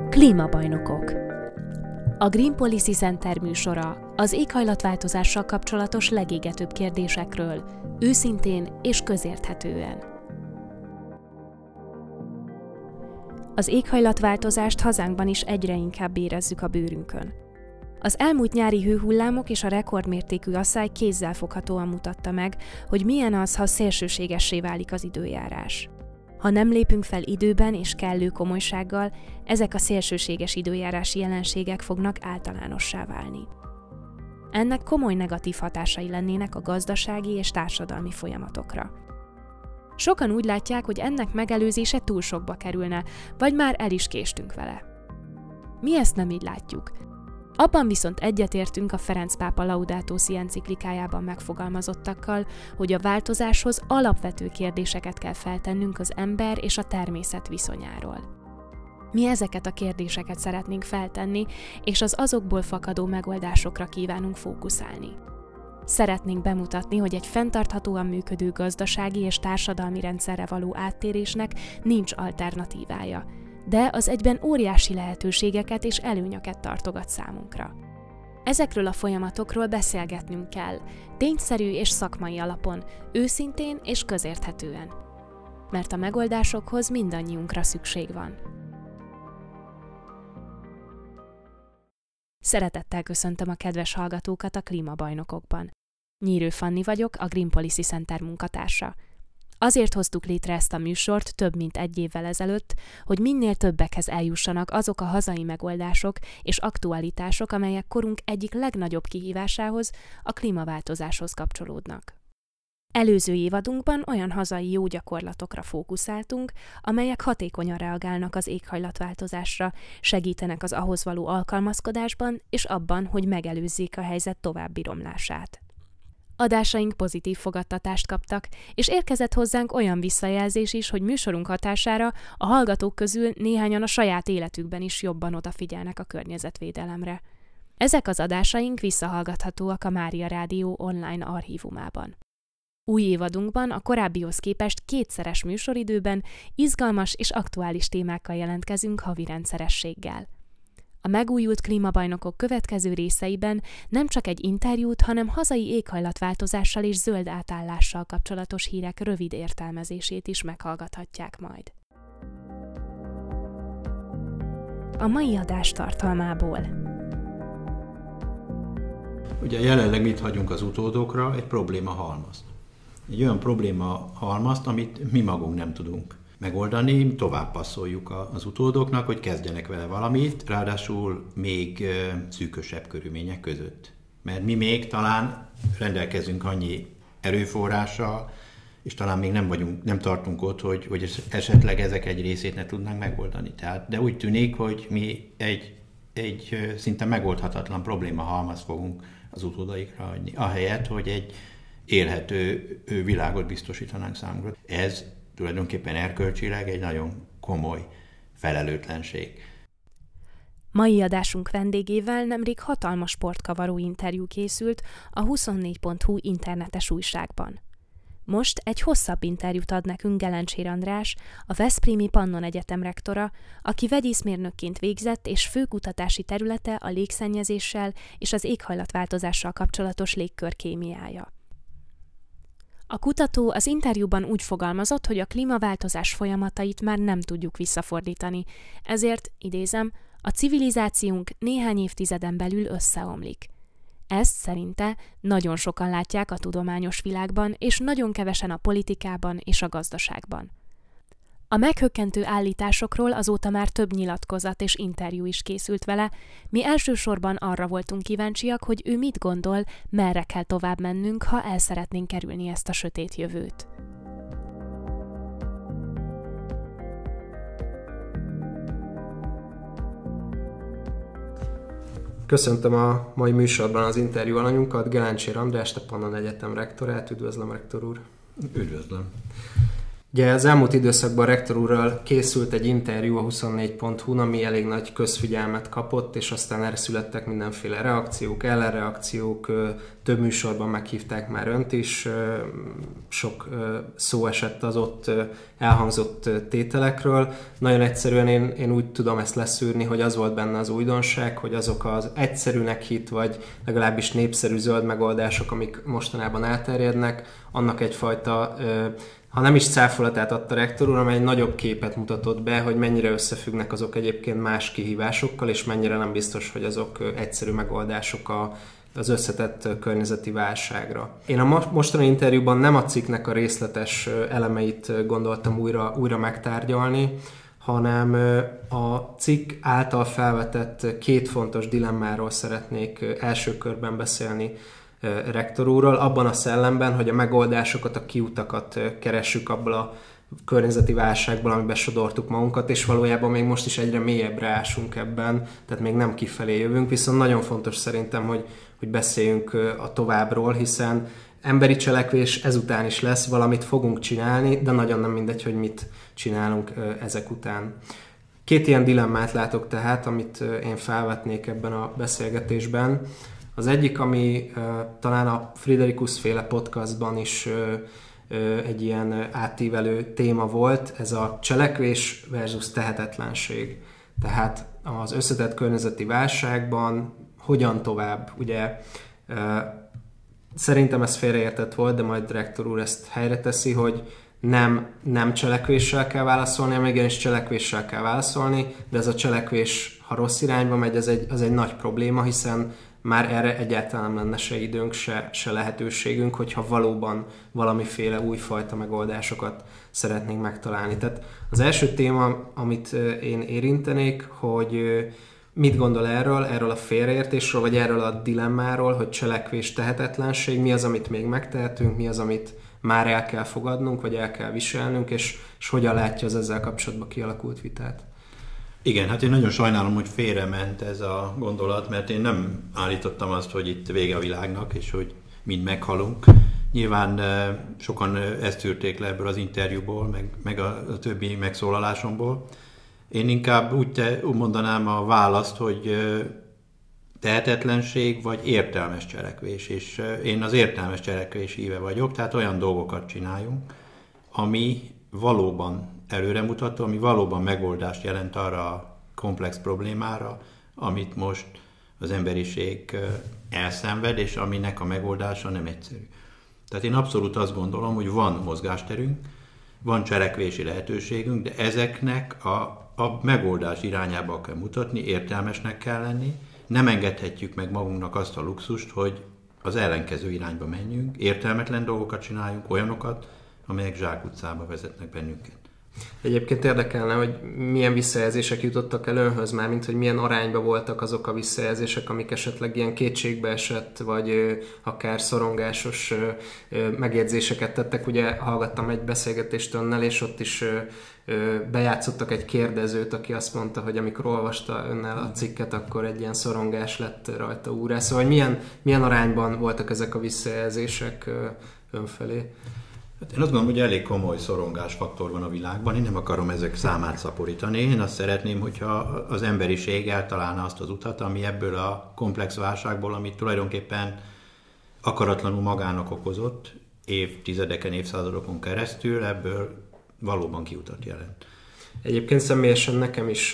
Klímabajnokok. A Green Policy Center műsora az éghajlatváltozással kapcsolatos legégetőbb kérdésekről, őszintén és közérthetően. Az éghajlatváltozást hazánkban is egyre inkább érezzük a bőrünkön. Az elmúlt nyári hőhullámok és a rekordmértékű asszály kézzelfoghatóan mutatta meg, hogy milyen az, ha szélsőségessé válik az időjárás. Ha nem lépünk fel időben és kellő komolysággal, ezek a szélsőséges időjárási jelenségek fognak általánossá válni. Ennek komoly negatív hatásai lennének a gazdasági és társadalmi folyamatokra. Sokan úgy látják, hogy ennek megelőzése túl sokba kerülne, vagy már el is késtünk vele. Mi ezt nem így látjuk. Abban viszont egyetértünk a Ferenc pápa Laudato Si enciklikájában megfogalmazottakkal, hogy a változáshoz alapvető kérdéseket kell feltennünk az ember és a természet viszonyáról. Mi ezeket a kérdéseket szeretnénk feltenni, és az azokból fakadó megoldásokra kívánunk fókuszálni. Szeretnénk bemutatni, hogy egy fenntarthatóan működő gazdasági és társadalmi rendszerre való áttérésnek nincs alternatívája, de az egyben óriási lehetőségeket és előnyöket tartogat számunkra. Ezekről a folyamatokról beszélgetnünk kell, tényszerű és szakmai alapon, őszintén és közérthetően. Mert a megoldásokhoz mindannyiunkra szükség van. Szeretettel köszöntöm a kedves hallgatókat a Klímabajnokokban. Nyírő Fanni vagyok, a Green Policy Center munkatársa. Azért hoztuk létre ezt a műsort több mint egy évvel ezelőtt, hogy minél többekhez eljussanak azok a hazai megoldások és aktualitások, amelyek korunk egyik legnagyobb kihívásához, a klímaváltozáshoz kapcsolódnak. Előző évadunkban olyan hazai jó gyakorlatokra fókuszáltunk, amelyek hatékonyan reagálnak az éghajlatváltozásra, segítenek az ahhoz való alkalmazkodásban és abban, hogy megelőzzék a helyzet további romlását. Adásaink pozitív fogadtatást kaptak, és érkezett hozzánk olyan visszajelzés is, hogy műsorunk hatására a hallgatók közül néhányan a saját életükben is jobban odafigyelnek a környezetvédelemre. Ezek az adásaink visszahallgathatóak a Mária Rádió online archívumában. Új évadunkban a korábbihoz képest kétszeres műsoridőben izgalmas és aktuális témákkal jelentkezünk havi rendszerességgel. A megújult klímabajnokok következő részeiben nem csak egy interjút, hanem hazai éghajlatváltozással és zöld átállással kapcsolatos hírek rövid értelmezését is meghallgathatják majd. A mai adás tartalmából. Ugye jelenleg mit hagyunk az utódokra? Egy probléma halmazt. Egy olyan probléma halmazt, amit mi magunk nem tudunk megoldani, tovább passzoljuk az utódoknak, hogy kezdjenek vele valamit, ráadásul még szűkösebb körülmények között. Mert mi még talán rendelkezünk annyi erőforrással, és talán még nem tartunk ott, hogy esetleg ezek egy részét ne tudnánk megoldani. De úgy tűnik, hogy mi egy szinte megoldhatatlan probléma halmazt fogunk az utódaikra adni, ahelyett, hogy egy élhető világot biztosítanánk számunkra. Ez tulajdonképpen erkölcsileg egy nagyon komoly felelőtlenség. Mai adásunk vendégével nemrég hatalmas sportkavaró interjú készült a 24.hu internetes újságban. Most egy hosszabb interjút ad nekünk Gelencsér András, a Veszprémi Pannon Egyetem rektora, aki vegyészmérnökként végzett, és fő kutatási területe a légszennyezéssel és az éghajlatváltozással kapcsolatos légkörkémiája. A kutató az interjúban úgy fogalmazott, hogy a klímaváltozás folyamatait már nem tudjuk visszafordítani, ezért, idézem, a civilizációnk néhány évtizeden belül összeomlik. Ezt szerinte nagyon sokan látják a tudományos világban, és nagyon kevesen a politikában és a gazdaságban. A meghökkentő állításokról azóta már több nyilatkozat és interjú is készült vele, mi elsősorban arra voltunk kíváncsiak, hogy ő mit gondol, merre kell tovább mennünk, ha el szeretnénk kerülni ezt a sötét jövőt. Köszöntöm a mai műsorban az interjú alanyunkat, Gelencsér Andrást, a Pannon Egyetem rektorát. Üdvözlöm, rektor úr! Üdvözlöm! Ugye az elmúlt időszakban Rektor úrral készült egy interjú a 24.hu-n, ami elég nagy közfigyelmet kapott, és aztán erre születtek mindenféle reakciók, ellenreakciók, több műsorban meghívták már önt is, sok szó esett az ott elhangzott tételekről. Nagyon egyszerűen én úgy tudom ezt leszűrni, hogy az volt benne az újdonság, hogy azok az egyszerűnek hitt, vagy legalábbis népszerű zöld megoldások, amik mostanában elterjednek, annak egyfajta ha nem is cáfolatát adta Rektor úr, amely egy nagyobb képet mutatott be, hogy mennyire összefüggnek azok egyébként más kihívásokkal, és mennyire nem biztos, hogy azok egyszerű megoldások az összetett környezeti válságra. Én a mostani interjúban nem a cikknek a részletes elemeit gondoltam újra megtárgyalni, hanem a cikk által felvetett két fontos dilemmáról szeretnék első körben beszélni Rektor úrral, abban a szellemben, hogy a megoldásokat, a kiutakat keressük abból a környezeti válságból, amiben sodortuk magunkat, és valójában még most is egyre mélyebbre ásunk ebben, tehát még nem kifelé jövünk, viszont nagyon fontos szerintem, hogy beszéljünk a továbbról, hiszen emberi cselekvés ezután is lesz, valamit fogunk csinálni, de nagyon nem mindegy, hogy mit csinálunk ezek után. Két ilyen dilemmát látok tehát, amit én felvetnék ebben a beszélgetésben. Az egyik, ami talán a Friderikus féle podcastban is egy ilyen átívelő téma volt, ez a cselekvés versus tehetetlenség. Tehát az összetett környezeti válságban hogyan tovább, ugye szerintem ez félreértett volt, de majd Rektor úr ezt helyre teszi, hogy nem cselekvéssel kell válaszolni, hanem igenis cselekvéssel kell válaszolni, de ez a cselekvés, ha rossz irányba megy, az egy nagy probléma, hiszen már erre egyáltalán nem lenne se időnk, se lehetőségünk, hogyha valóban valamiféle újfajta megoldásokat szeretnénk megtalálni. Tehát az első téma, amit én érintenék, hogy mit gondol erről a félreértésről, vagy erről a dilemmáról, hogy cselekvés, tehetetlenség, mi az, amit még megtehetünk, mi az, amit már el kell fogadnunk, vagy el kell viselnünk, és hogyan látja az ezzel kapcsolatban kialakult vitát? Igen, hát én nagyon sajnálom, hogy félrement ez a gondolat, mert én nem állítottam azt, hogy itt vége a világnak, és hogy mind meghalunk. Nyilván sokan ezt tűrték le ebből az interjúból, meg a többi megszólalásomból. Én inkább úgy mondanám a választ, hogy tehetetlenség vagy értelmes cselekvés, és én az értelmes cselekvés híve vagyok, tehát olyan dolgokat csináljunk, ami valóban előremutató, ami valóban megoldást jelent arra a komplex problémára, amit most az emberiség elszenved, és aminek a megoldása nem egyszerű. Tehát én abszolút azt gondolom, hogy van mozgásterünk, van cselekvési lehetőségünk, de ezeknek a megoldás irányába kell mutatni, értelmesnek kell lenni, nem engedhetjük meg magunknak azt a luxust, hogy az ellenkező irányba menjünk, értelmetlen dolgokat csináljunk, olyanokat, amelyek zsákutcába vezetnek bennünket. Egyébként érdekelne, hogy milyen visszajelzések jutottak el önhöz már, mint hogy milyen arányban voltak azok a visszajelzések, amik esetleg ilyen kétségbeesett, vagy akár szorongásos megjegyzéseket tettek. Ugye hallgattam egy beszélgetést önnel, és ott is bejátszottak egy kérdezőt, aki azt mondta, hogy amikor olvasta önnel a cikket, akkor egy ilyen szorongás lett rajta úrrá. Szóval milyen arányban voltak ezek a visszajelzések önfelé? Hát én azt gondolom, hogy elég komoly szorongásfaktor van a világban, én nem akarom ezek számát szaporítani, én azt szeretném, hogyha az emberiség eltalálna azt az utat, ami ebből a komplex válságból, amit tulajdonképpen akaratlanul magának okozott, évtizedeken, évszázadokon keresztül, ebből valóban kiutat jelent. Egyébként személyesen nekem is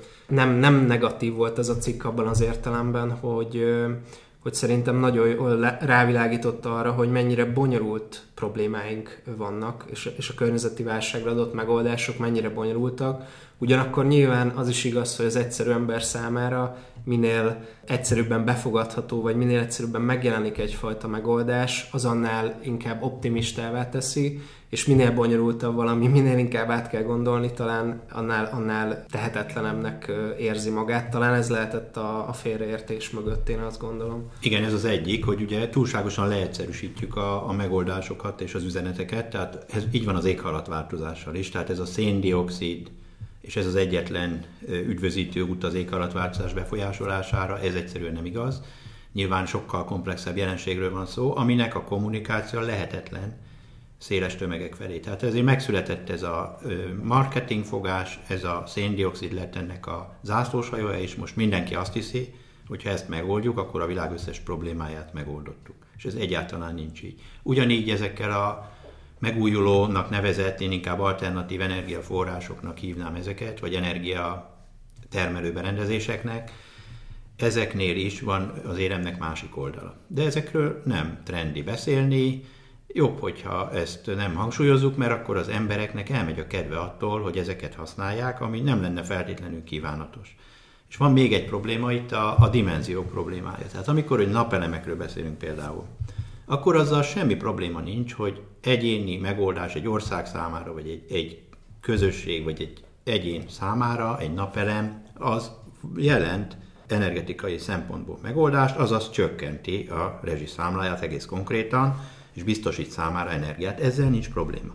nem negatív volt ez a cikk abban az értelemben, hogy szerintem nagyon jól rávilágította arra, hogy mennyire bonyolult problémáink vannak, és a környezeti válságra adott megoldások mennyire bonyolultak. Ugyanakkor nyilván az is igaz, hogy az egyszerű ember számára minél egyszerűbben befogadható, vagy minél egyszerűbben megjelenik egyfajta megoldás, az annál inkább optimistává teszi, és minél bonyolultabb valami, minél inkább át kell gondolni, talán annál tehetetlenebbnek érzi magát. Talán ez lehetett a félreértés mögött, én azt gondolom. Igen, ez az egyik, hogy ugye túlságosan leegyszerűsítjük a megoldásokat és az üzeneteket, tehát ez így van az éghajlatváltozással is, tehát ez a széndioxid, és ez az egyetlen üdvözítő út az éghajlatváltozás befolyásolására, ez egyszerűen nem igaz. Nyilván sokkal komplexebb jelenségről van szó, aminek a kommunikáció lehetetlen, széles tömegek felé. Tehát ezért megszületett ez a marketingfogás, ez a széndioxid lett ennek a zászlóshajója, és most mindenki azt hiszi, hogy ha ezt megoldjuk, akkor a világ összes problémáját megoldottuk. És ez egyáltalán nincs így. Ugyanígy ezekkel a megújulónak nevezett, én inkább alternatív energiaforrásoknak hívnám ezeket, vagy energiatermelő berendezéseknek, ezeknél is van az éremnek másik oldala. De ezekről nem trendi beszélni, jobb, hogyha ezt nem hangsúlyozzuk, mert akkor az embereknek elmegy a kedve attól, hogy ezeket használják, ami nem lenne feltétlenül kívánatos. És van még egy probléma itt, a dimenzió problémája. Tehát amikor egy napelemekről beszélünk például, akkor azzal semmi probléma nincs, hogy egyéni megoldás egy ország számára, vagy egy közösség, vagy egy egyén számára egy napelem, az jelent energetikai szempontból megoldást, azaz csökkenti a rezsiszámláját egész konkrétan, és biztosít számára energiát. Ezzel nincs probléma.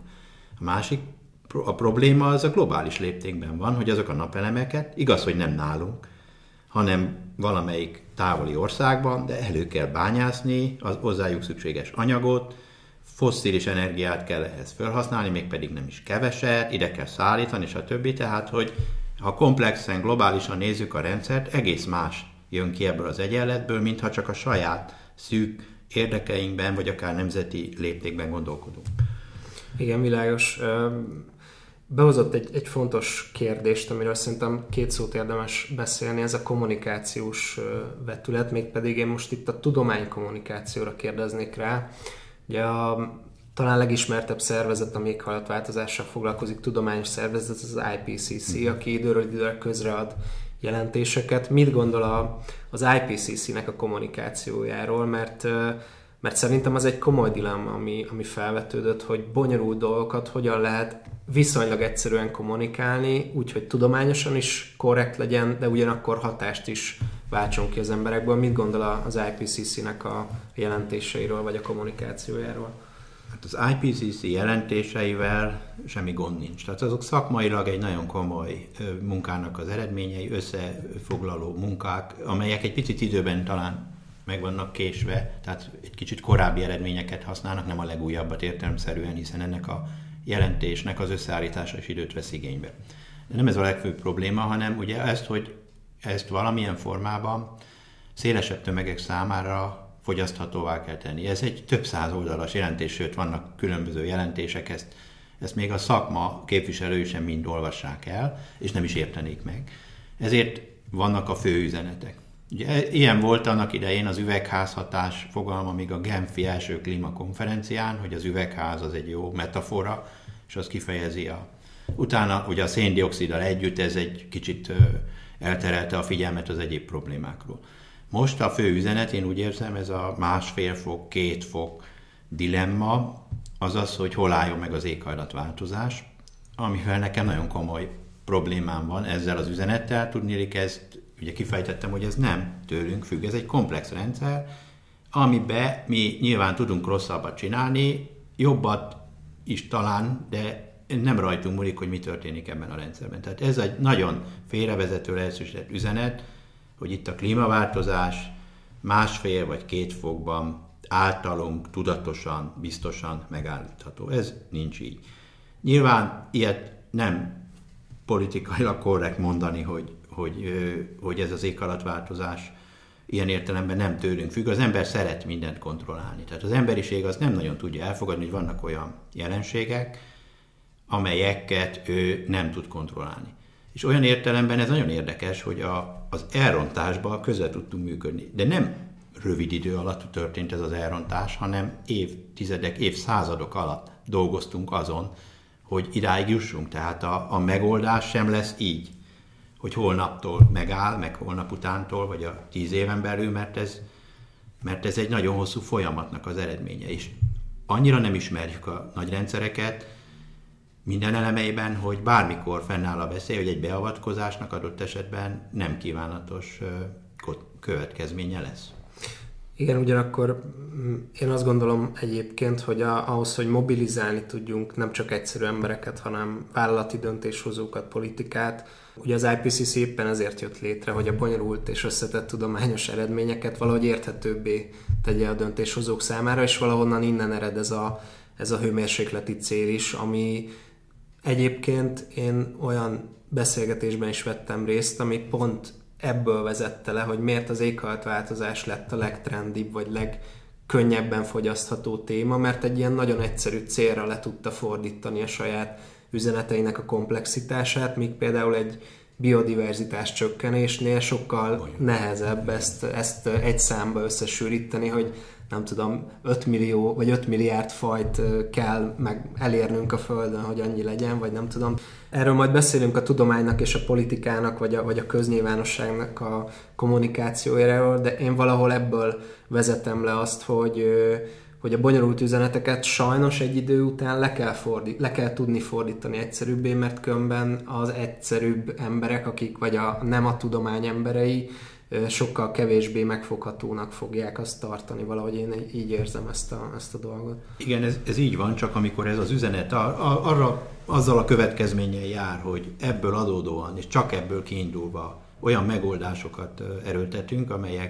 A probléma az a globális léptékben van, hogy azok a napelemeket, igaz, hogy nem nálunk, hanem valamelyik távoli országban, de elő kell bányászni az hozzájuk szükséges anyagot, fosszilis energiát kell ehhez felhasználni, mégpedig nem is keveset, ide kell szállítani, stb. Tehát, hogy ha komplexen, globálisan nézzük a rendszert, egész más jön ki ebből az egyenletből, mintha csak a saját szűk érdekeinkben, vagy akár nemzeti léptékben gondolkodunk. Igen, világos. Behozott egy fontos kérdést, amiről szerintem 2 szót érdemes beszélni, ez a kommunikációs vetület, mégpedig én most itt a tudománykommunikációra kérdeznék rá. Ugye talán legismertebb szervezet, ami éghajlatváltozással foglalkozik, tudományos szervezet, az IPCC, aki időről időre közread jelentéseket. Mit gondol az IPCC-nek a kommunikációjáról, mert szerintem az egy komoly dilemma, ami felvetődött, hogy bonyolult dolgokat hogyan lehet viszonylag egyszerűen kommunikálni, úgyhogy tudományosan is korrekt legyen, de ugyanakkor hatást is váltson ki az emberekből. Mit gondol az IPCC-nek a jelentéseiről, vagy a kommunikációjáról? Hát az IPCC jelentéseivel semmi gond nincs. Tehát azok szakmailag egy nagyon komoly munkának az eredményei, összefoglaló munkák, amelyek egy picit időben talán meg vannak késve, tehát egy kicsit korábbi eredményeket használnak, nem a legújabbat értelemszerűen, hiszen ennek a jelentésnek az összeállítása is időt vesz igénybe. De nem ez a legfőbb probléma, hanem ugye hogy ezt valamilyen formában szélesebb tömegek számára fogyaszthatóvá kell tenni. Ez egy több száz oldalas jelentés, sőt vannak különböző jelentések, ezt még a szakma képviselői sem mind olvassák el, és nem is értenék meg. Ezért vannak a fő üzenetek. Ugye, ilyen volt annak idején az üvegházhatás fogalma még a Genfi első klímakonferencián, hogy az üvegház az egy jó metafora, és az kifejezi utána ugye a széndioxiddal együtt ez egy kicsit elterelte a figyelmet az egyéb problémákról. Most a fő üzenet, én úgy érzem, ez a 1,5 fok, 2 fok dilemma, azaz, hogy hol álljon meg az éghajlatváltozás, amivel nekem nagyon komoly problémám van ezzel az üzenettel. Tudniillik, ezt ugye kifejtettem, hogy ez nem tőlünk függ, ez egy komplex rendszer, amiben mi nyilván tudunk rosszabbat csinálni, jobbat is talán, de nem rajtunk múlik, hogy mi történik ebben a rendszerben. Tehát ez egy nagyon félrevezető lehetősített üzenet, hogy itt a klímaváltozás 1,5 vagy 2 fokban általunk tudatosan, biztosan megállítható. Ez nincs így. Nyilván ilyet nem politikailag korrekt mondani, hogy ez az éghajlatváltozás ilyen értelemben nem tőlünk függ. Az ember szeret mindent kontrollálni. Tehát az emberiség az nem nagyon tudja elfogadni, hogy vannak olyan jelenségek, amelyeket ő nem tud kontrollálni. És olyan értelemben ez nagyon érdekes, hogy az elrontásban közre tudtunk működni. De nem rövid idő alatt történt ez az elrontás, hanem évtizedek, évszázadok alatt dolgoztunk azon, hogy idáig jussunk. Tehát a megoldás sem lesz így, hogy holnaptól megáll, meg holnap utántól, vagy a 10 éven belül, mert ez egy nagyon hosszú folyamatnak az eredménye is. Annyira nem ismerjük a nagy rendszereket minden elemeiben, hogy bármikor fennáll a veszély, hogy egy beavatkozásnak adott esetben nem kívánatos következménye lesz. Igen, ugyanakkor én azt gondolom egyébként, hogy ahhoz, hogy mobilizálni tudjunk nem csak egyszerű embereket, hanem vállalati döntéshozókat, politikát, ugye az IPCC éppen ezért jött létre, hogy a bonyolult és összetett tudományos eredményeket valahogy érthetőbbé tegye a döntéshozók számára, és valahonnan innen ered ez a hőmérsékleti cél is, ami egyébként én olyan beszélgetésben is vettem részt, ami pont ebből vezette le, hogy miért az éghajlatváltozás lett a legtrendibb, vagy legkönnyebben fogyasztható téma, mert egy ilyen nagyon egyszerű célra le tudta fordítani a saját üzeneteinek a komplexitását, míg például egy biodiverzitás csökkenésnél sokkal nehezebb ezt egy számba összesűríteni, hogy nem tudom, 5 millió vagy 5 milliárd fajt kell meg elérnünk a Földön, hogy annyi legyen, vagy nem tudom. Erről majd beszélünk a tudománynak és a politikának, vagy a köznyilvánosságnak a kommunikációjáról, de én valahol ebből vezetem le azt, hogy a bonyolult üzeneteket sajnos egy idő után le kell tudni fordítani egyszerűbbé, mert különben az egyszerűbb emberek, akik vagy nem a tudomány emberei, sokkal kevésbé megfoghatónak fogják azt tartani. Valahogy én így érzem ezt a dolgot. Igen, ez így van, csak amikor ez az üzenet azzal a következménnyel jár, hogy ebből adódóan, és csak ebből kiindulva olyan megoldásokat erőltetünk,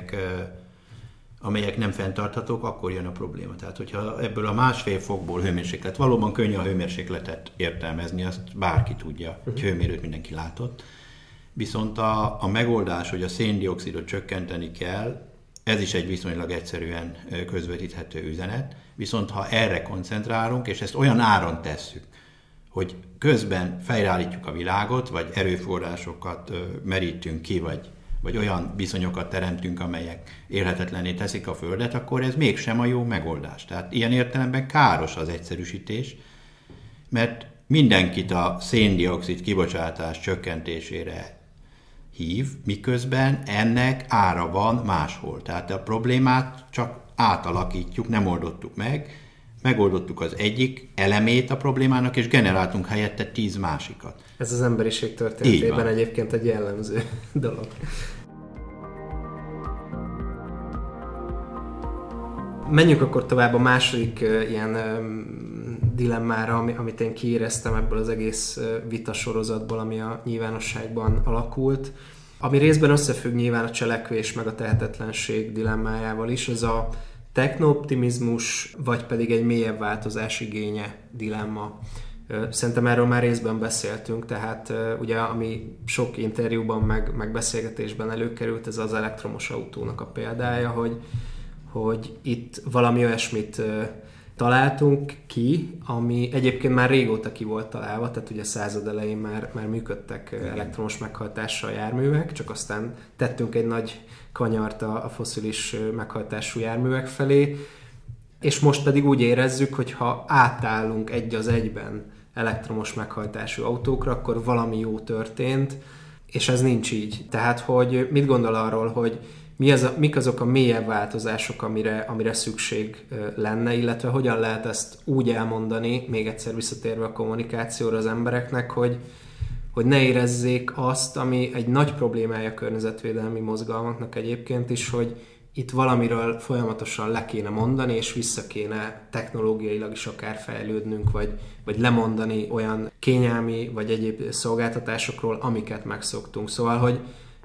amelyek nem fenntarthatók, akkor jön a probléma. Tehát, hogyha ebből a 1,5 fokból hőmérséklet, valóban könnyű a hőmérsékletet értelmezni, azt bárki tudja, hogy hőmérőt mindenki látott. Viszont a megoldás, hogy a szén-dioxidot csökkenteni kell, ez is egy viszonylag egyszerűen közvetíthető üzenet. Viszont ha erre koncentrálunk, és ezt olyan áron tesszük, hogy közben fejreállítjuk a világot, vagy erőforrásokat merítünk ki, vagy olyan viszonyokat teremtünk, amelyek élhetetlenné teszik a Földet, akkor ez mégsem a jó megoldás. Tehát ilyen értelemben káros az egyszerűsítés, mert mindenkit a szén-dioxid kibocsátás csökkentésére hív, miközben ennek ára van máshol. Tehát a problémát csak átalakítjuk, nem oldottuk meg, megoldottuk az egyik elemét a problémának, és generáltunk helyette 10 másikat. Ez az emberiség történetében egyébként egy jellemző dolog. Menjünk akkor tovább a második ilyen dilemmára, amit én kiéreztem ebből az egész vitasorozatból, ami a nyilvánosságban alakult, ami részben összefügg nyilván a cselekvés meg a tehetetlenség dilemmájával is, ez a technooptimizmus, vagy pedig egy mélyebb változás igénye dilemma. Szerintem erről már részben beszéltünk, tehát ugye ami sok interjúban meg beszélgetésben előkerült, ez az elektromos autónak a példája, hogy itt valami olyasmit találtunk ki, ami egyébként már régóta ki volt találva, tehát ugye a század elején már működtek elektromos meghajtással járművek, csak aztán tettünk egy nagy kanyart a fosszilis meghajtású járművek felé, és most pedig úgy érezzük, hogy ha átállunk egy az egyben elektromos meghajtású autókra, akkor valami jó történt, és ez nincs így. Tehát, hogy mit gondol arról, hogy mik azok a mélyebb változások, amire szükség lenne, illetve hogyan lehet ezt úgy elmondani, még egyszer visszatérve a kommunikációra az embereknek, hogy ne érezzék azt, ami egy nagy problémája a környezetvédelmi mozgalmaknak egyébként is, hogy itt valamiről folyamatosan le kéne mondani, és vissza kéne technológiailag is akár fejlődnünk, vagy lemondani olyan kényelmi vagy egyéb szolgáltatásokról, amiket megszoktunk. Szóval, hogy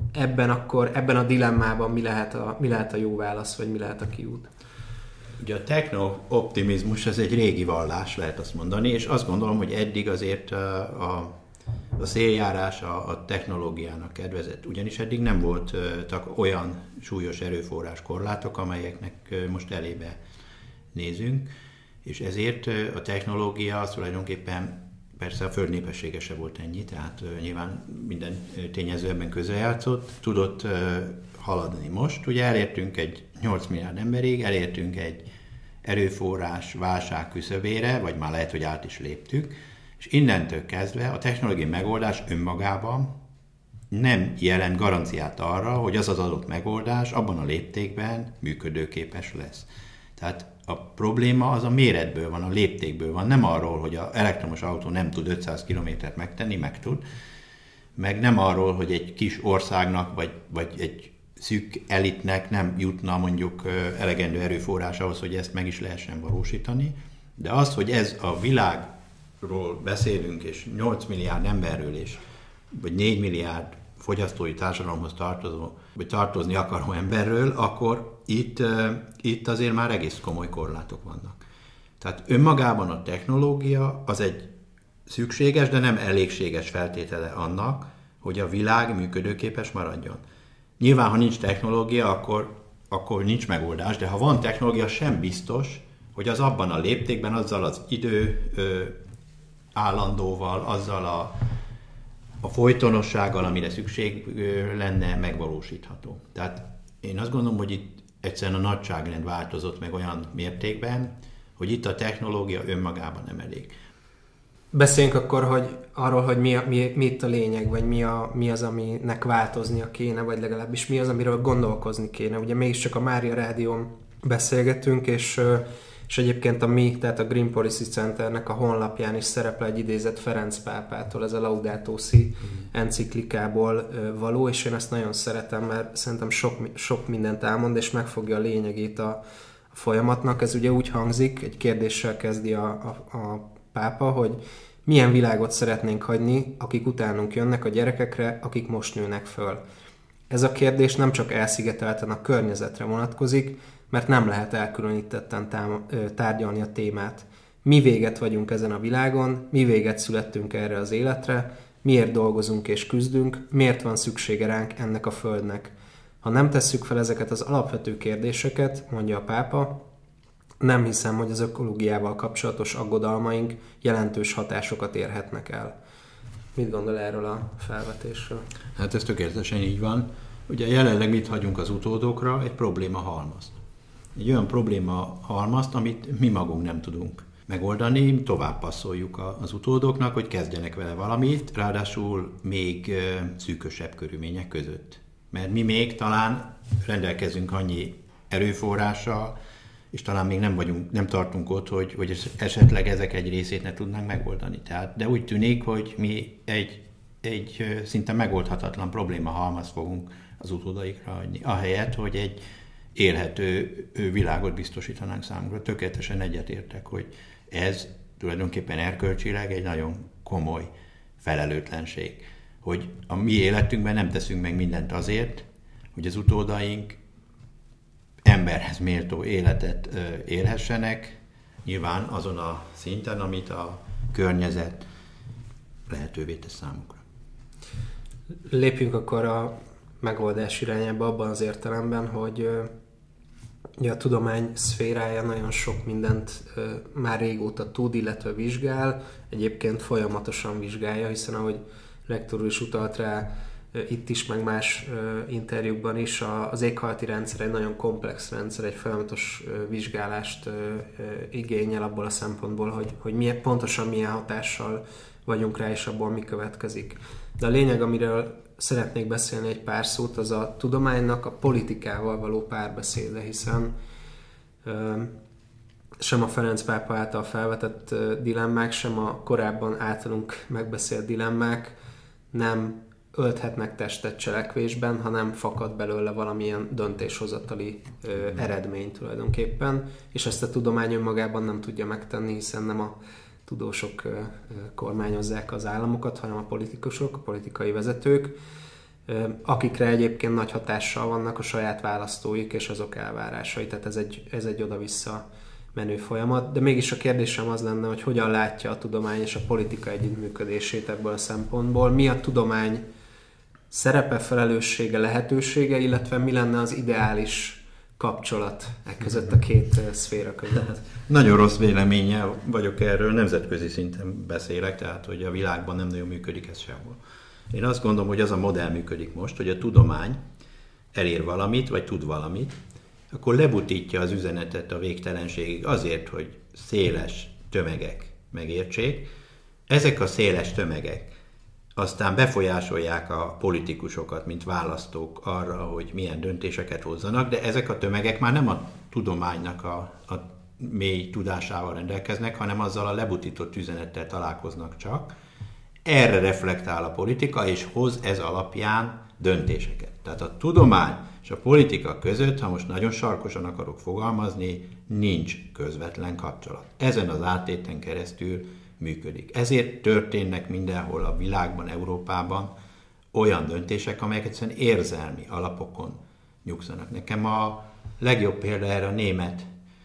ebben a dilemmában mi lehet a jó válasz, vagy mi lehet a kiút? Ugye a techno-optimizmus ez egy régi vallás, lehet azt mondani, és azt gondolom, hogy eddig azért a széljárás a technológiának kedvezett. Ugyanis eddig nem voltak olyan súlyos erőforrás korlátok, amelyeknek most elébe nézünk, és ezért a technológia az tulajdonképpen persze a Föld népessége se volt ennyi, tehát nyilván minden tényező ebben közrejátszott, tudott haladni. Most ugye elértünk egy 8 milliárd emberig, elértünk egy erőforrás válság küszöbére, vagy már lehet, hogy át is léptük, és innentől kezdve a technológiai megoldás önmagában nem jelent garanciát arra, hogy az adott megoldás abban a léptékben működőképes lesz. Tehát a probléma az a méretből van, a léptékből van, nem arról, hogy az elektromos autó nem tud 500 kilométert megtenni, meg tud, meg nem arról, hogy egy kis országnak, vagy egy szűk elitnek nem jutna mondjuk elegendő erőforrás ahhoz, hogy ezt meg is lehessen valósítani, de az, hogy ez a világról beszélünk, és 8 milliárd emberről, vagy 4 milliárd fogyasztói társadalomhoz tartozó, vagy tartozni akaró emberről, akkor itt azért már egész komoly korlátok vannak. Tehát önmagában a technológia az egy szükséges, de nem elégséges feltétele annak, hogy a világ működőképes maradjon. Nyilván, ha nincs technológia, akkor nincs megoldás, de ha van technológia, sem biztos, hogy az abban a léptékben, azzal az idő állandóval, azzal a folytonossággal, amire szükség lenne, megvalósítható. Tehát én azt gondolom, hogy itt egyszerűen a nagyságrend változott meg olyan mértékben, hogy itt a technológia önmagában nem elég. Beszéljünk akkor arról, hogy mi itt a lényeg, vagy mi az, aminek változnia kéne, vagy legalábbis mi az, amiről gondolkozni kéne. Ugye mégiscsak a Mária Rádión beszélgetünk, és egyébként tehát a Green Policy Centernek a honlapján is szerepel egy idézet Ferenc pápától, ez a Laudato Si enciklikából való, és én ezt nagyon szeretem, mert szerintem sok mindent elmond, és megfogja a lényegét a folyamatnak. Ez ugye úgy hangzik, egy kérdéssel kezdi a pápa, hogy milyen világot szeretnénk hagyni, akik utánunk jönnek, a gyerekekre, akik most nőnek föl. Ez a kérdés nem csak elszigetelten a környezetre vonatkozik, mert nem lehet elkülönítetten tárgyalni a témát. Mi véget vagyunk ezen a világon, mi véget születtünk erre az életre, miért dolgozunk és küzdünk, miért van szüksége ránk ennek a földnek. Ha nem tesszük fel ezeket az alapvető kérdéseket, mondja a pápa, nem hiszem, hogy az ökológiával kapcsolatos aggodalmaink jelentős hatásokat érhetnek el. Mit gondol erről a felvetésről? Hát ez tökéletesen így van. Ugye jelenleg mit hagyunk az utódokra? Egy probléma halmazt. Egy olyan probléma halmazt, amit mi magunk nem tudunk megoldani, tovább passzoljuk az utódoknak, hogy kezdjenek vele valamit, ráadásul még szűkösebb körülmények között. Mert mi még talán rendelkezünk annyi erőforrással, és talán még nem tartunk ott, hogy esetleg ezek egy részét ne tudnánk megoldani. De úgy tűnik, hogy mi egy szinte megoldhatatlan probléma halmazt fogunk az utódaikra adni, ahelyett, hogy egy élhető világot biztosítanánk számukra. Tökéletesen egyetértek, hogy ez tulajdonképpen erkölcsileg egy nagyon komoly felelőtlenség, hogy a mi életünkben nem teszünk meg mindent azért, hogy az utódaink emberhez méltó életet élhessenek, nyilván azon a szinten, amit a környezet lehetővé tesz számukra. Lépjünk akkor a megoldás irányába abban az értelemben, hogy a tudomány szférája nagyon sok mindent már régóta tud, illetve vizsgál, egyébként folyamatosan vizsgálja, hiszen ahogy rektor úr is utalt rá, itt is, meg más interjúkban is, az éghajlati rendszer egy nagyon komplex rendszer, egy folyamatos vizsgálást igényel abból a szempontból, hogy pontosan milyen hatással vagyunk rá, és abból mi következik. De a lényeg, amiről szeretnék beszélni egy pár szót, az a tudománynak a politikával való párbeszéde, hiszen sem a Ferenc pápa által felvetett dilemmák, sem a korábban általunk megbeszélt dilemmák nem ölthetnek testet cselekvésben, hanem fakad belőle valamilyen döntéshozatali eredmény tulajdonképpen, és ezt a tudomány önmagában nem tudja megtenni, hiszen nem a tudósok kormányozzák az államokat, hanem a politikusok, a politikai vezetők, akikre egyébként nagy hatással vannak a saját választóik és azok elvárásai, tehát ez egy oda-vissza menő folyamat, de mégis a kérdésem az lenne, hogy hogyan látja a tudomány és a politika együttműködését ebből a szempontból, mi a tudomány szerepe, felelőssége, lehetősége, illetve mi lenne az ideális kapcsolat között a két szféra között? Nagyon rossz véleménye vagyok erről, nemzetközi szinten beszélek, tehát hogy a világban nem nagyon működik ez sehol. Én azt gondolom, hogy az a modell működik most, hogy a tudomány elér valamit, vagy tud valamit, akkor lebutítja az üzenetet a végtelenségig azért, hogy széles tömegek megértsék. Ezek a széles tömegek aztán befolyásolják a politikusokat, mint választók arra, hogy milyen döntéseket hozzanak, de ezek a tömegek már nem a tudománynak a mély tudásával rendelkeznek, hanem azzal a lebutított üzenettel találkoznak csak. Erre reflektál a politika, és hoz ez alapján döntéseket. Tehát a tudomány és a politika között, ha most nagyon sarkosan akarok fogalmazni, nincs közvetlen kapcsolat. Ezen az áttéten keresztül működik. Ezért történnek mindenhol a világban, Európában olyan döntések, amelyek egyszerűen érzelmi alapokon nyugszanak. Nekem a legjobb példa erre a német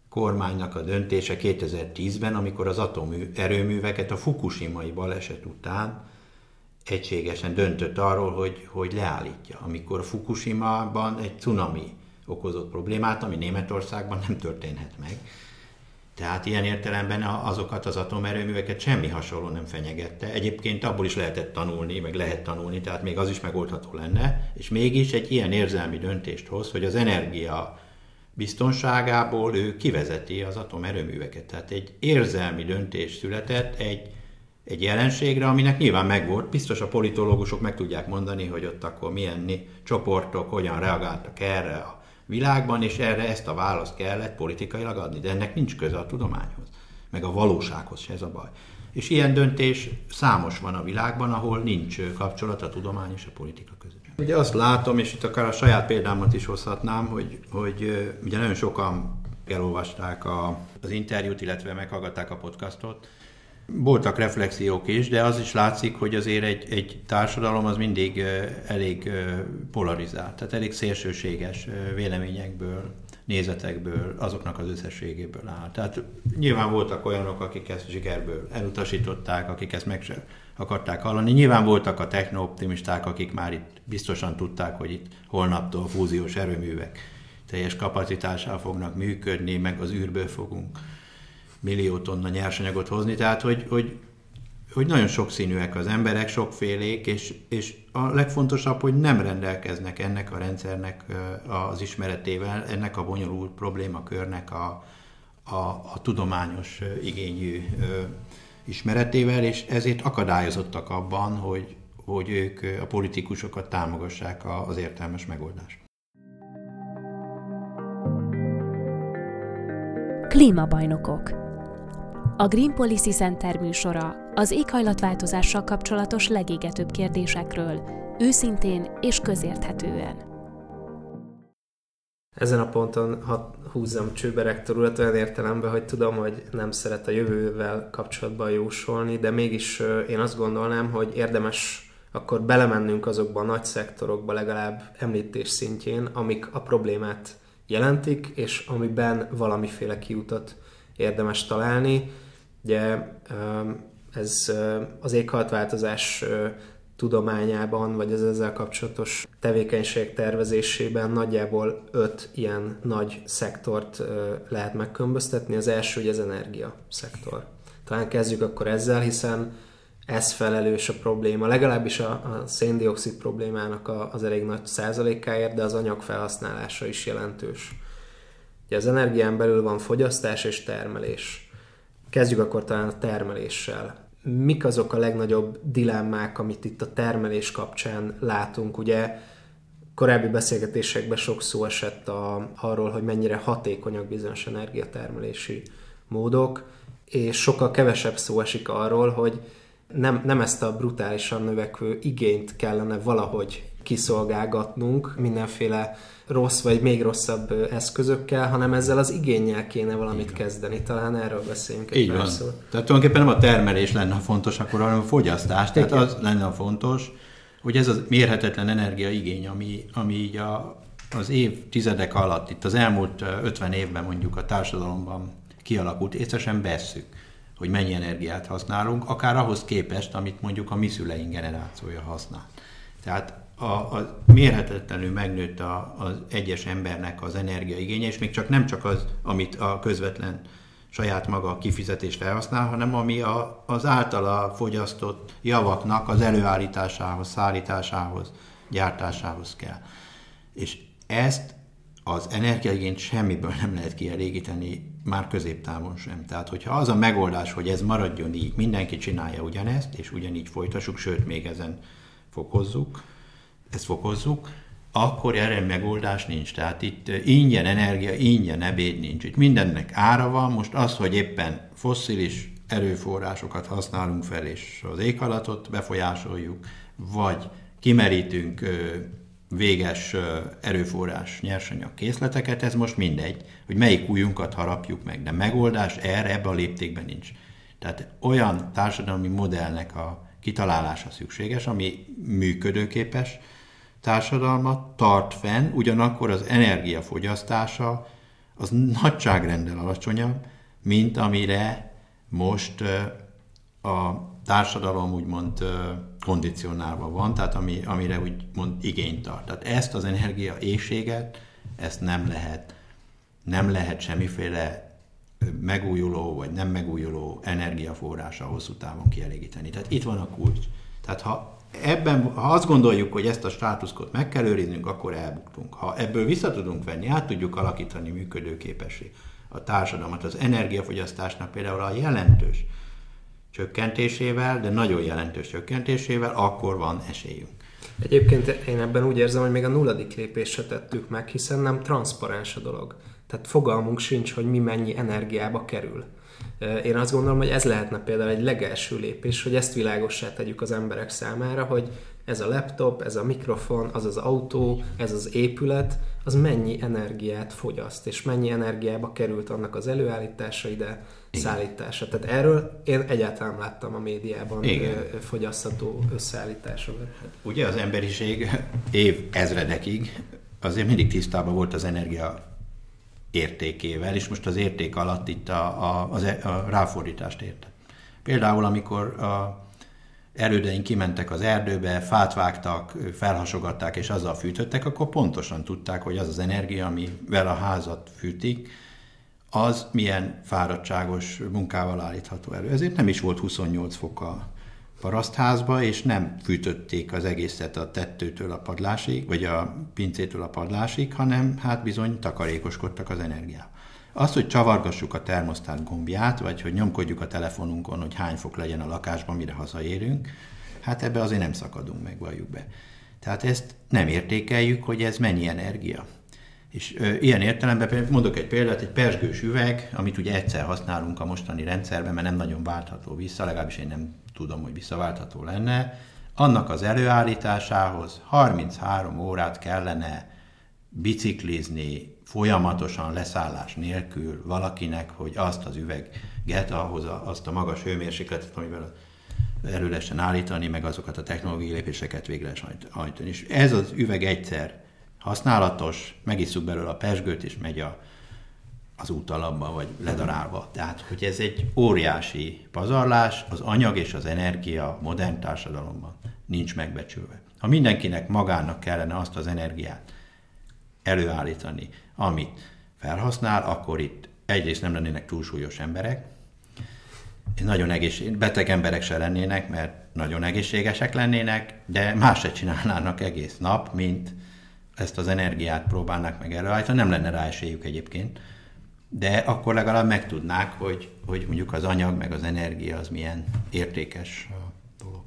kormánynak a döntése 2010-ben, amikor az atomerőműveket a fukushimai baleset után egységesen döntött arról, hogy leállítja. Amikor Fukushimában egy cunami okozott problémát, ami Németországban nem történhet meg. Tehát ilyen értelemben azokat az atomerőműveket semmi hasonló nem fenyegette. Egyébként abból is lehetett tanulni, meg lehet tanulni, tehát még az is megoldható lenne, és mégis egy ilyen érzelmi döntést hoz, hogy az energia biztonságából ő kivezeti az atomerőműveket. Tehát egy érzelmi döntés született egy jelenségre, aminek nyilván megvolt. Biztos a politológusok meg tudják mondani, hogy ott akkor milyen csoportok hogyan reagáltak erre a világban, és erre ezt a választ kellett politikailag adni. De ennek nincs köze a tudományhoz, meg a valósághoz se, ez a baj. És ilyen döntés számos van a világban, ahol nincs kapcsolat a tudomány és a politika között. Ugye azt látom, és itt akár a saját példámat is hozhatnám, hogy ugye nagyon sokan elolvasták az interjút, illetve meghallgatták a podcastot. Voltak reflexiók is, de az is látszik, hogy azért egy társadalom az mindig elég polarizált, tehát elég szélsőséges véleményekből, nézetekből, azoknak az összességéből áll. Tehát nyilván voltak olyanok, akik ezt zsikerből elutasították, akik ezt meg sem akarták hallani. Nyilván voltak a techno-optimisták, akik már itt biztosan tudták, hogy itt holnaptól fúziós erőművek teljes kapacitással fognak működni, meg az űrből fogunk millió tonna nyersanyagot hozni, tehát hogy nagyon sokszínűek az emberek, sokfélék, és a legfontosabb, hogy nem rendelkeznek ennek a rendszernek az ismeretével, ennek a bonyolult problémakörnek a tudományos igényű ismeretével, és ezért akadályozottak abban, hogy ők a politikusokat támogassák az értelmes megoldást. Klímabajnokok. A Green Policy Center műsora az éghajlatváltozással kapcsolatos legégetőbb kérdésekről, őszintén és közérthetően. Ezen a ponton húzzam csőbe rektor urat olyan értelemben, hogy tudom, hogy nem szeret a jövővel kapcsolatban jósolni, de mégis én azt gondolnám, hogy érdemes akkor belemennünk azokba a nagy szektorokba legalább említés szintjén, amik a problémát jelentik, és amiben valamiféle kiutat érdemes találni. Ugye ez az éghajlatváltozás tudományában, vagy az ezzel kapcsolatos tevékenység tervezésében nagyjából 5 ilyen nagy szektort lehet megkülönböztetni. Az első ugye az energia szektor. Talán kezdjük akkor ezzel, hiszen ez felelős a probléma, legalábbis a szén-dioxid problémának az elég nagy százalékáért, de az anyag felhasználása is jelentős. Ugye az energián belül van fogyasztás és termelés. Kezdjük akkor talán a termeléssel. Mik azok a legnagyobb dilemmák, amit itt a termelés kapcsán látunk? Ugye korábbi beszélgetésekben sok szó esett arról, hogy mennyire hatékonyak bizonyos energiatermelési módok, és sokkal kevesebb szó esik arról, hogy nem ezt a brutálisan növekvő igényt kellene valahogy kiszolgálgatnunk mindenféle rossz vagy még rosszabb eszközökkel, hanem ezzel az igénnyel kéne valamit kezdeni. Talán erről beszéljünk egy pár szót. Tehát tulajdonképpen nem a termelés lenne a fontos, akkor hanem a fogyasztás. Tehát az lenne a fontos, hogy ez az mérhetetlen energiaigény, ami így az évtizedek alatt, itt az elmúlt 50 évben mondjuk a társadalomban kialakult, észre sem vesszük, hogy mennyi energiát használunk, akár ahhoz képest, amit mondjuk a mi szüleink generációja használ. Tehát a mérhetetlenül megnőtt az egyes embernek az energiaigénye, és még nem csak az, amit a közvetlen saját maga kifizetés felhasznál, hanem ami az általa fogyasztott javaknak az előállításához, szállításához, gyártásához kell. És ezt az energiaigényt semmiből nem lehet kielégíteni, már középtávon sem. Tehát, hogyha az a megoldás, hogy ez maradjon így, mindenki csinálja ugyanezt, és ugyanígy folytassuk, sőt, még ezen fokozzuk, akkor erre megoldás nincs. Tehát itt ingyen energia, ingyen ebéd nincs. Itt mindennek ára van. Most az, hogy éppen fosszilis erőforrásokat használunk fel, és az éghajlatot befolyásoljuk, vagy kimerítünk véges erőforrás nyersanyag készleteket, ez most mindegy, hogy melyik ujjunkat harapjuk meg, de megoldás ebbe a léptékben nincs. Tehát olyan társadalmi modellnek a kitalálása szükséges, ami működőképes társadalmat tart fenn, ugyanakkor az energiafogyasztása az nagyságrenddel alacsonyabb, mint amire most a társadalom úgymond kondicionálva van, tehát amire úgymond igényt tart. Tehát ezt az energiaéhséget, ezt nem lehet semmiféle megújuló vagy nem megújuló energiaforrása hosszú távon kielégíteni. Tehát itt van a kulcs. Tehát ha azt gondoljuk, hogy ezt a státuszkot meg kell őriznünk, akkor elbuktunk. Ha ebből vissza tudunk venni, át tudjuk alakítani működőképessé a társadalmat, az energiafogyasztásnak például a jelentős csökkentésével, de nagyon jelentős csökkentésével, akkor van esélyünk. Egyébként én ebben úgy érzem, hogy még a 0. lépést se tettük meg, hiszen nem transzparens a dolog. Tehát fogalmunk sincs, hogy mi mennyi energiába kerül. Én azt gondolom, hogy ez lehetne például egy legelső lépés, hogy ezt világossá tegyük az emberek számára, hogy ez a laptop, ez a mikrofon, az az autó, ez az épület, az mennyi energiát fogyaszt, és mennyi energiába került annak az előállítása ide, szállítása. Tehát erről én egyáltalán láttam a médiában fogyasztható összeállításokat. Ugye az emberiség évezredekig azért mindig tisztában volt az energia értékével, és most az érték alatt itt a ráfordítást érte. Például, amikor elődeink kimentek az erdőbe, fát vágtak, felhasogatták és azzal fűtöttek, akkor pontosan tudták, hogy az az energia, amivel a házat fűtik, az milyen fáradtságos munkával állítható elő. Ezért nem is volt 28 fok a parasztházba, és nem fűtötték az egészet a tettőtől a padlásig, vagy a pincétől a padlásig, hanem hát bizony takarékoskodtak az energiával. Az, hogy csavargassuk a termosztát gombját, vagy hogy nyomkodjuk a telefonunkon, hogy hány fok legyen a lakásban, mire hazaérünk, hát ebbe azért nem szakadunk meg, valljuk be. Tehát ezt nem értékeljük, hogy ez mennyi energia. És ilyen értelemben mondok egy példát, egy pezsgős üveg, amit ugye egyszer használunk a mostani rendszerben, mert nem nagyon váltható vissza, legalábbis én nem tudom, hogy visszaváltható lenne, annak az előállításához 33 órát kellene biciklizni folyamatosan leszállás nélkül valakinek, hogy azt az üveget, ahhoz azt a magas hőmérsékletet, amivel elő lehessen állítani, meg azokat a technológiai lépéseket végre lehessen hajtani. És ez az üveg egyszer használatos, megisszuk belőle a pezsgőt, és megy az útalapba, vagy ledarálva. Tehát, hogy ez egy óriási pazarlás, az anyag és az energia modern társadalomban nincs megbecsülve. Ha mindenkinek magának kellene azt az energiát előállítani, amit felhasznál, akkor itt egyrészt nem lennének túlsúlyos emberek, nagyon beteg emberek se lennének, mert nagyon egészségesek lennének, de más se csinálnának egész nap, mint ezt az energiát próbálnak meg előállítani. Nem lenne rá esélyük egyébként, de akkor legalább megtudnák, hogy mondjuk az anyag meg az energia az milyen értékes dolog.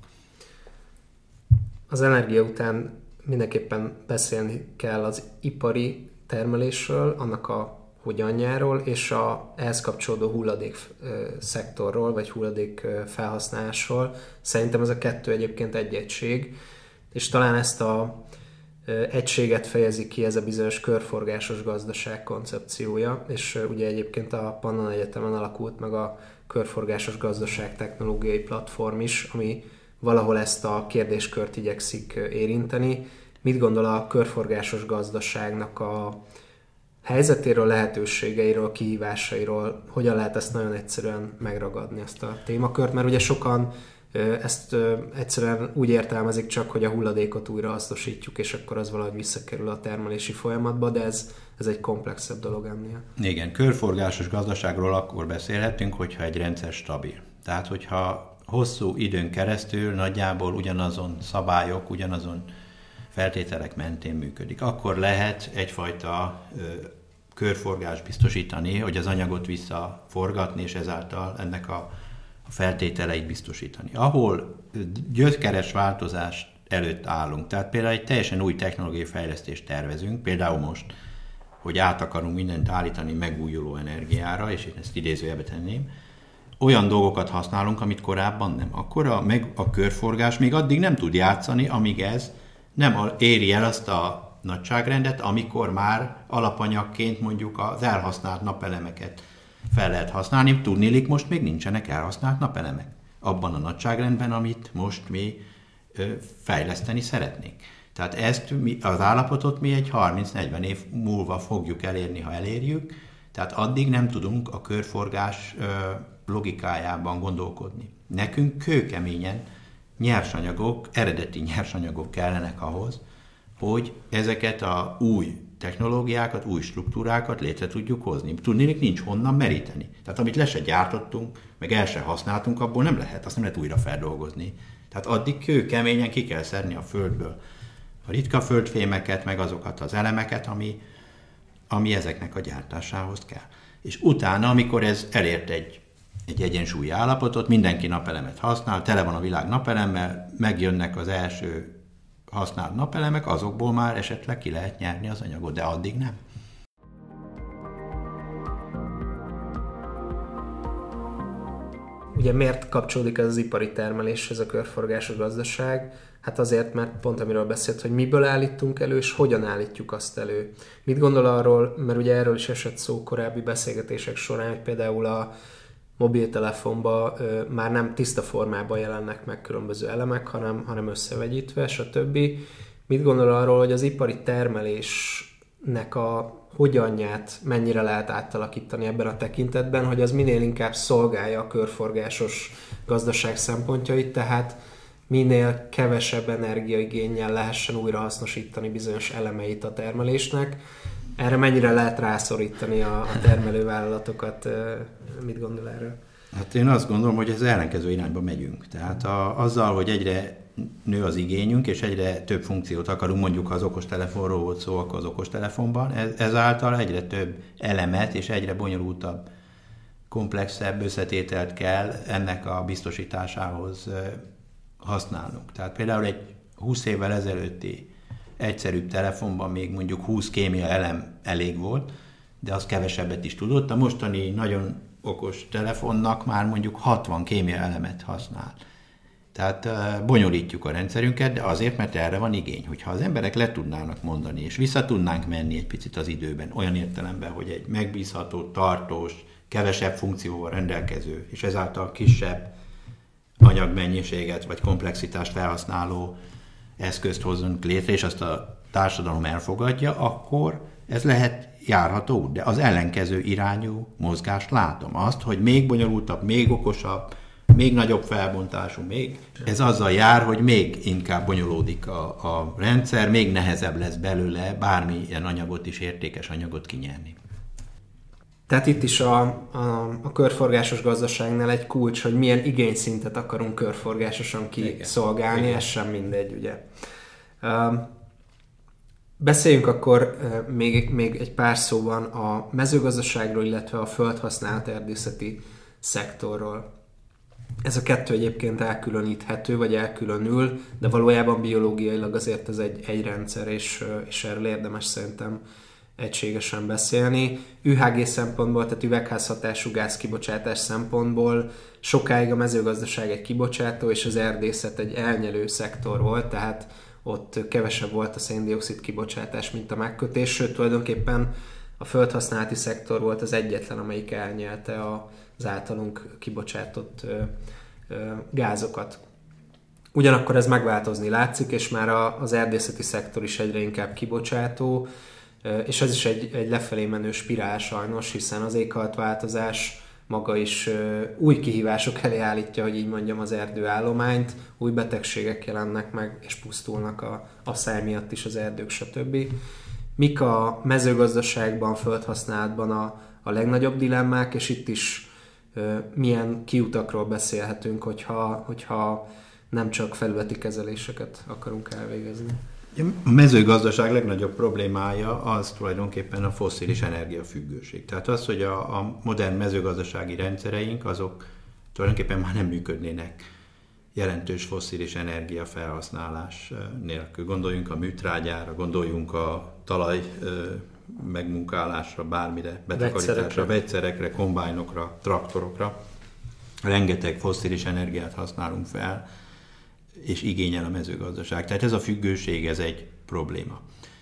Az energia után mindenképpen beszélni kell az ipari termelésről, annak a hogyanjáról, és a ehhez kapcsolódó hulladék szektorról, vagy hulladék felhasználásról. Szerintem ez a kettő egyébként egy egység, és talán ezt a egységet fejezi ki ez a bizonyos körforgásos gazdaság koncepciója, és ugye egyébként a Pannon Egyetemen alakult meg a körforgásos gazdaság technológiai platform is, ami valahol ezt a kérdéskört igyekszik érinteni. Mit gondol a körforgásos gazdaságnak a helyzetéről, lehetőségeiről, kihívásairól, hogyan lehet ezt nagyon egyszerűen megragadni, ezt a témakört, mert ugye sokan ezt egyszerűen úgy értelmezik csak, hogy a hulladékot újrahasznosítjuk, és akkor az valahogy visszakerül a termelési folyamatba, de ez egy komplexebb dolog ennél. Igen, körforgásos gazdaságról akkor beszélhetünk, hogyha egy rendszer stabil. Tehát, hogyha hosszú időn keresztül nagyjából ugyanazon szabályok, ugyanazon feltételek mentén működik. Akkor lehet egyfajta körforgást biztosítani, hogy az anyagot visszaforgatni, és ezáltal ennek a feltételeit biztosítani. Ahol gyökeres változás előtt állunk, tehát például egy teljesen új technológiai fejlesztést tervezünk, például most, hogy át akarunk mindent állítani megújuló energiára, és én ezt idézőjelbe tenném, olyan dolgokat használunk, amit korábban nem. Akkor a körforgás még addig nem tud játszani, amíg ez nem éri el azt a nagyságrendet, amikor már alapanyagként mondjuk az elhasznált napelemeket fel lehet használni. Tudniillik, most még nincsenek elhasznált napelemek abban a nagyságrendben, amit most mi fejleszteni szeretnénk. Tehát az állapotot mi egy 30-40 év múlva fogjuk elérni, ha elérjük. Tehát addig nem tudunk a körforgás logikájában gondolkodni. Nekünk kőkeményen nyersanyagok, eredeti nyersanyagok kellenek ahhoz, hogy ezeket a új technológiákat, új struktúrákat létre tudjuk hozni. Tudnék, nincs honnan meríteni. Tehát amit le se gyártottunk, meg el se használtunk, abból nem lehet, azt nem lehet újra feldolgozni. Tehát addig kőkeményen ki kell szedni a földből a ritka földfémeket, meg azokat az elemeket, ami ezeknek a gyártásához kell. És utána, amikor ez elért egy egyensúlyi állapotot, mindenki napelemet használ, tele van a világ napelemmel, megjönnek az első használt napelemek, azokból már esetleg ki lehet nyerni az anyagot, de addig nem. Ugye miért kapcsolódik ez az ipari termeléshez a körforgásos gazdaság? Hát azért, mert pont amiről beszélt, hogy miből állítunk elő, és hogyan állítjuk azt elő. Mit gondol arról, mert ugye erről is esett szó korábbi beszélgetések során, hogy például a mobiltelefonban már nem tiszta formában jelennek meg különböző elemek, hanem összevegyítve, stb. Mit gondol arról, hogy az ipari termelésnek a hogyanját mennyire lehet átalakítani ebben a tekintetben, hogy az minél inkább szolgálja a körforgásos gazdaság szempontjait, tehát minél kevesebb energiaigénnyel lehessen újrahasznosítani bizonyos elemeit a termelésnek. Erre mennyire lehet rászorítani a termelővállalatokat? Mit gondol erről? Hát én azt gondolom, hogy ez ellenkező irányba megyünk. Tehát azzal, hogy egyre nő az igényünk, és egyre több funkciót akarunk, mondjuk ha az okostelefonról volt szó, akkor az okostelefonban, ezáltal egyre több elemet és egyre bonyolultabb, komplexebb összetételt kell ennek a biztosításához használnunk. Tehát például egy 20 évvel ezelőtti egyszerűbb telefonban még mondjuk 20 kémia elem elég volt, de az kevesebbet is tudott. A mostani nagyon okos telefonnak már mondjuk 60 kémia elemet használ. Tehát bonyolítjuk a rendszerünket, de azért, mert erre van igény. Hogyha az emberek le tudnának mondani, és vissza tudnánk menni egy picit az időben, olyan értelemben, hogy egy megbízható, tartós, kevesebb funkcióval rendelkező, és ezáltal kisebb anyagmennyiséget vagy komplexitást felhasználó eszközt hozzunk létre, és azt a társadalom elfogadja, akkor ez lehet járható út. De az ellenkező irányú mozgást látom. Azt, hogy még bonyolultabb, még okosabb, még nagyobb felbontású, ez azzal jár, hogy még inkább bonyolódik a rendszer, még nehezebb lesz belőle bármilyen anyagot is, értékes anyagot kinyerni. Tehát itt is a körforgásos gazdaságnál egy kulcs, hogy milyen igényszintet akarunk körforgásosan kiszolgálni, ez sem mindegy, ugye. Beszéljünk akkor még egy pár szóban a mezőgazdaságról, illetve a földhasználat erdészeti szektorról. Ez a kettő egyébként elkülöníthető, vagy elkülönül, de valójában biológiailag azért ez egy rendszer, és erről érdemes szerintem egységesen beszélni. UHG szempontból, tehát üvegházhatású gázkibocsátás szempontból sokáig a mezőgazdaság egy kibocsátó, és az erdészet egy elnyelő szektor volt, tehát ott kevesebb volt a széndioxid kibocsátás, mint a megkötés, sőt tulajdonképpen a földhasználati szektor volt az egyetlen, amelyik elnyelte az általunk kibocsátott gázokat. Ugyanakkor ez megváltozni látszik, és már az erdészeti szektor is egyre inkább kibocsátó, és ez is egy lefelé menő spirál sajnos, hiszen az éghajlatváltozás maga is új kihívások elé állítja, hogy így mondjam, az erdőállományt, új betegségek jelennek meg, és pusztulnak a asszály miatt is az erdők, stb. Mik a mezőgazdaságban, földhasználatban a legnagyobb dilemmák, és itt is milyen kiutakról beszélhetünk, hogyha nem csak felületi kezeléseket akarunk elvégezni. A mezőgazdaság legnagyobb problémája az tulajdonképpen a fosszilis energiafüggőség. Tehát az, hogy a modern mezőgazdasági rendszereink, azok tulajdonképpen már nem működnének jelentős fosszilis energia felhasználás nélkül. Gondoljunk a műtrágyára, gondoljunk a talaj megmunkálásra, bármire, betakarításra, vegyszerekre, kombájnokra, traktorokra. Rengeteg fosszilis energiát használunk fel, és igényel a mezőgazdaság. Tehát ez a függőség, ez egy probléma.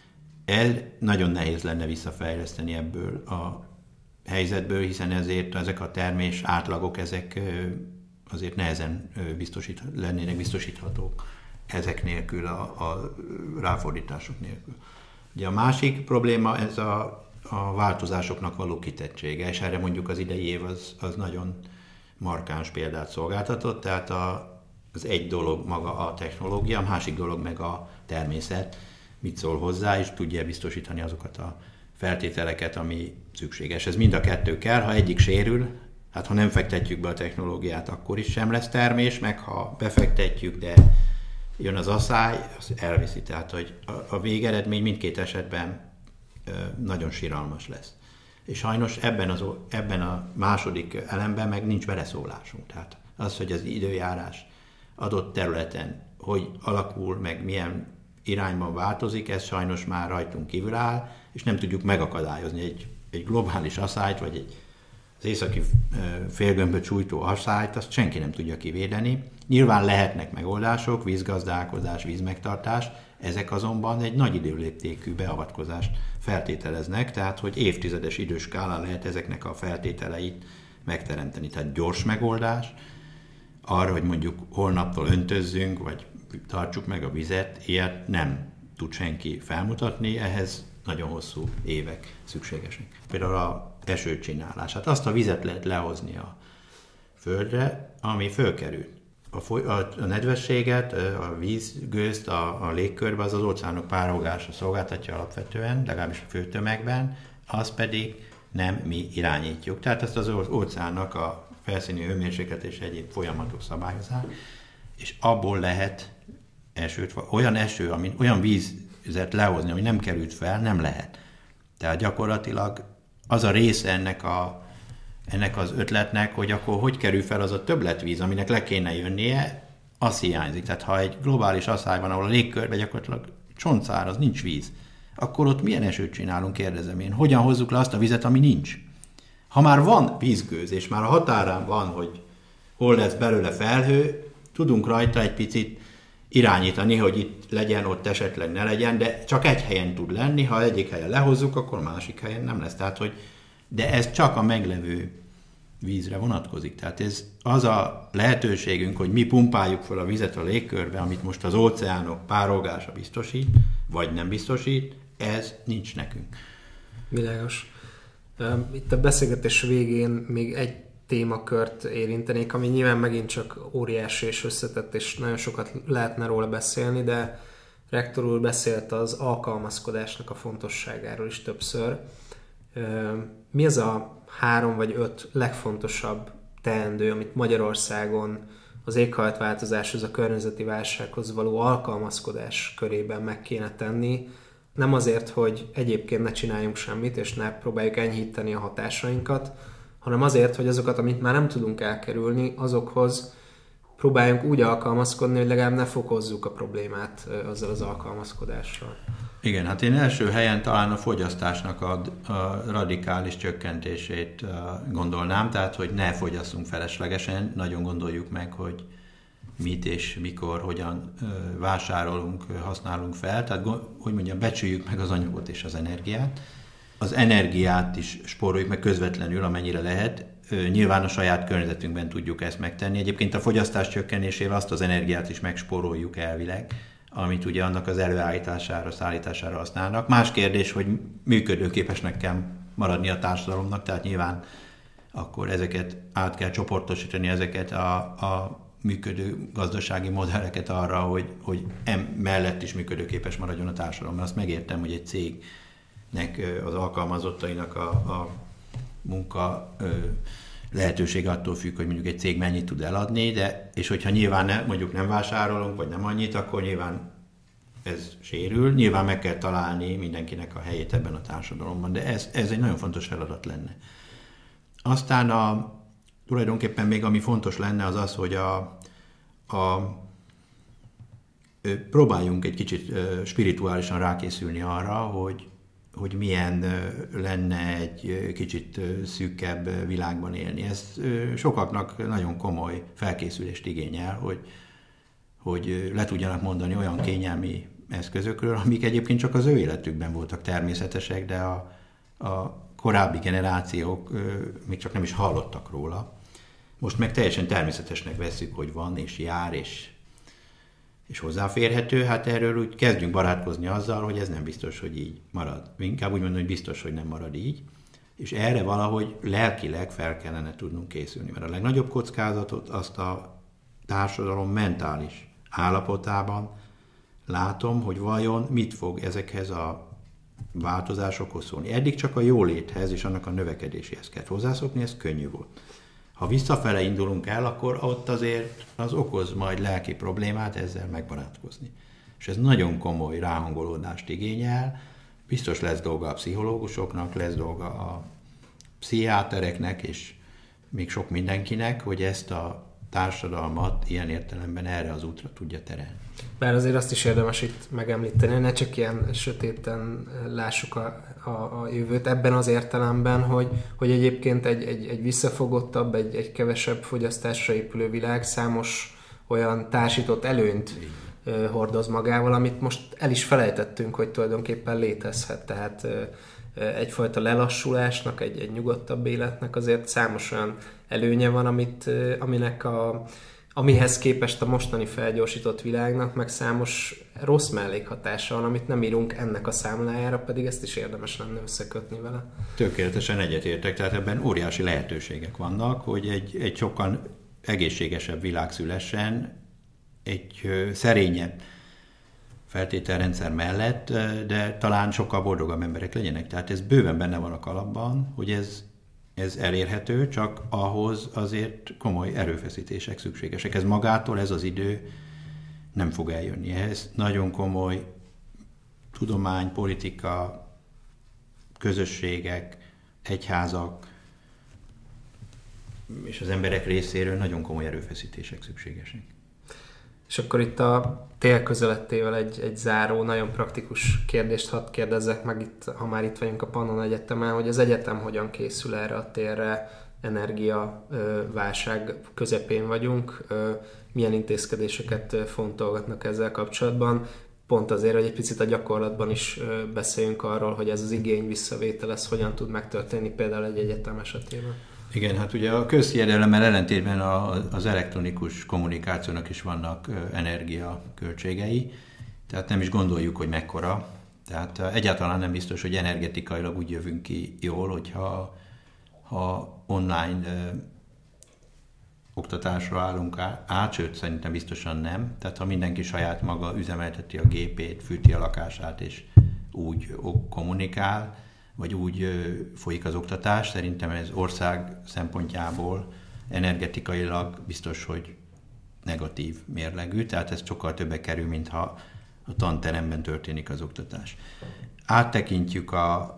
Nagyon nehéz lenne visszafejleszteni ebből a helyzetből, hiszen ezért ezek a termés átlagok, ezek azért nehezen lennének biztosíthatók ezek nélkül, a ráfordítások nélkül. Ugye a másik probléma, ez a a változásoknak való kitettsége, és erre mondjuk az idei év az nagyon markáns példát szolgáltatott, tehát az egy dolog maga a technológia, a másik dolog meg a természet, mit szól hozzá, és tudja biztosítani azokat a feltételeket, ami szükséges. Ez mind a kettő kell, ha egyik sérül, hát ha nem fektetjük be a technológiát, akkor is sem lesz termés, meg ha befektetjük, de jön az asszály, az elviszi. Tehát, hogy a végeredmény mindkét esetben nagyon siralmas lesz. És sajnos ebben a második elemben meg nincs beleszólásunk. Tehát az, hogy az időjárás adott területen hogy alakul, meg milyen irányban változik, ez sajnos már rajtunk kívül áll, és nem tudjuk megakadályozni egy globális asszályt, vagy az északi félgömböt sújtó asszályt, azt senki nem tudja kivédeni. Nyilván lehetnek megoldások, vízgazdálkodás, vízmegtartás, ezek azonban egy nagy időléptékű beavatkozást feltételeznek, tehát hogy évtizedes időskálán lehet ezeknek a feltételeit megteremteni. Tehát gyors megoldás arra, hogy mondjuk holnaptól öntözzünk, vagy tartsuk meg a vizet, ilyet nem tud senki felmutatni, ehhez nagyon hosszú évek szükségesek. Például a esőcsinálás. Hát azt a vizet lehet lehozni a földre, ami fölkerül. A nedvességet, a vízgőzt a légkörbe az óceánok párogása szolgáltatja alapvetően, legalábbis a főtömegben, azt pedig nem mi irányítjuk. Tehát ezt az óceánnak a felszíni hőmérséklet és egyéb folyamatok szabályozzák, és abból lehet olyan vízet lehozni, ami nem került fel, nem lehet. Tehát gyakorlatilag az a része ennek az ötletnek, hogy akkor hogy kerül fel az a többletvíz, aminek le kéne jönnie, az hiányzik. Tehát ha egy globális asszály van, ahol a légkörben gyakorlatilag csontszáraz, nincs víz, akkor ott milyen esőt csinálunk, kérdezem én. Hogyan hozzuk le azt a vizet, ami nincs? Ha már van vízgőz, és már a határán van, hogy hol lesz belőle felhő, tudunk rajta egy picit irányítani, hogy itt legyen, ott esetleg ne legyen, de csak egy helyen tud lenni, ha egyik helyen lehozzuk, akkor másik helyen nem lesz. Tehát, de ez csak a meglevő vízre vonatkozik. Tehát ez az a lehetőségünk, hogy mi pumpáljuk fel a vizet a légkörbe, amit most az óceánok párogása biztosít, vagy nem biztosít, ez nincs nekünk. Világos. Itt a beszélgetés végén még egy témakört érintenék, ami nyilván megint csak óriási és összetett, és nagyon sokat lehetne róla beszélni, de rektor úr beszélt az alkalmazkodásnak a fontosságáról is többször. Mi az a 3 vagy 5 legfontosabb teendő, amit Magyarországon az éghajlatváltozáshoz, a környezeti válsághoz való alkalmazkodás körében meg kéne tenni? Nem azért, hogy egyébként ne csináljunk semmit, és ne próbáljuk enyhíteni a hatásainkat, hanem azért, hogy azokat, amit már nem tudunk elkerülni, azokhoz próbáljunk úgy alkalmazkodni, hogy legalább ne fokozzuk a problémát azzal az alkalmazkodással. Igen, hát én első helyen talán a fogyasztásnak a radikális csökkentését gondolnám, tehát hogy ne fogyasszunk feleslegesen, nagyon gondoljuk meg, hogy mit és mikor, hogyan vásárolunk, használunk fel, tehát hogy mondjam, becsüljük meg az anyagot és az energiát. Az energiát is spóroljuk meg közvetlenül, amennyire lehet. Nyilván a saját környezetünkben tudjuk ezt megtenni. Egyébként a fogyasztás csökkenésével azt az energiát is megspóroljuk elvileg, amit ugye annak az előállítására, szállítására használnak. Más kérdés, hogy működőképesnek kell maradni a társadalomnak, tehát nyilván akkor ezeket át kell csoportosítani, ezeket a működő gazdasági modelleket arra, hogy mellett is működőképes maradjon a társadalom. Azt megértem, hogy egy cégnek, az alkalmazottainak a munka lehetősége attól függ, hogy mondjuk egy cég mennyit tud eladni, és hogyha nyilván mondjuk nem vásárolunk, vagy nem annyit, akkor nyilván ez sérül. Nyilván meg kell találni mindenkinek a helyét ebben a társadalomban, de ez egy nagyon fontos feladat lenne. Aztán tulajdonképpen még ami fontos lenne az az, hogy próbáljunk egy kicsit spirituálisan rákészülni arra, hogy milyen lenne egy kicsit szűkebb világban élni. Ez sokaknak nagyon komoly felkészülést igényel, hogy le tudjanak mondani olyan kényelmi eszközökről, amik egyébként csak az ő életükben voltak természetesek, de a korábbi generációk még csak nem is hallottak róla. Most meg teljesen természetesnek vesszük, hogy van és jár, és hozzáférhető, hát erről úgy kezdjünk barátkozni azzal, hogy ez nem biztos, hogy így marad. Inkább úgy mondom, hogy biztos, hogy nem marad így, és erre valahogy lelkileg fel kellene tudnunk készülni, mert a legnagyobb kockázatot azt a társadalom mentális állapotában látom, hogy vajon mit fog ezekhez a változásokhoz szólni. Eddig csak a jóléthez és annak a növekedéséhez kell hozzászokni, ez könnyű volt. Ha visszafele indulunk el, akkor ott azért az okoz majd lelki problémát ezzel megbarátkozni. És ez nagyon komoly ráhangolódást igényel, biztos lesz dolga a pszichológusoknak, lesz dolga a pszichiátereknek, és még sok mindenkinek, hogy ezt a társadalmat ilyen értelemben erre az útra tudja terelni. Bár azért azt is érdemes itt megemlíteni, ne csak ilyen sötéten lássuk a jövőt ebben az értelemben, hogy egyébként egy visszafogottabb, egy kevesebb fogyasztásra épülő világ számos olyan társított előnyt hordoz magával, amit most el is felejtettünk, hogy tulajdonképpen létezhet. Tehát egyfajta lelassulásnak, egy nyugodtabb életnek azért számos olyan előnye van, amihez képest a mostani felgyorsított világnak meg számos rossz mellékhatása van, amit nem írunk ennek a számlájára, pedig ezt is érdemes lenne összekötni vele. Tökéletesen egyetértek, tehát ebben óriási lehetőségek vannak, hogy egy sokkal egészségesebb világ szülessen, egy szerényebb feltételrendszer mellett, de talán sokkal boldogabb emberek legyenek. Tehát ez bőven benne van a kalapban, hogy ez elérhető, csak ahhoz azért komoly erőfeszítések szükségesek. Ez magától, ez az idő nem fog eljönni. Ehhez nagyon komoly tudomány, politika, közösségek, egyházak és az emberek részéről nagyon komoly erőfeszítések szükségesek. És akkor itt a tél közelettével egy záró, nagyon praktikus kérdést hadd kérdezzek meg, ha már itt vagyunk a Pannon Egyetemen, hogy az egyetem hogyan készül erre a térre, energiaválság közepén vagyunk, milyen intézkedéseket fontolgatnak ezzel kapcsolatban, pont azért, hogy egy picit a gyakorlatban is beszéljünk arról, hogy ez az igény visszavétel, ez hogyan tud megtörténni például egy egyetem esetében. Igen, hát ugye a közhiedelemmel ellentétben az elektronikus kommunikációnak is vannak energiaköltségei, tehát nem is gondoljuk, hogy mekkora. Tehát egyáltalán nem biztos, hogy energetikailag úgy jövünk ki jól, hogyha online oktatásra állunk át, sőt szerintem biztosan nem. Tehát ha mindenki saját maga üzemelteti a gépét, fűti a lakását és úgy kommunikál, vagy úgy folyik az oktatás, szerintem ez ország szempontjából energetikailag biztos, hogy negatív mérlegű, tehát ez sokkal többe kerül, mint ha a tanteremben történik az oktatás. Áttekintjük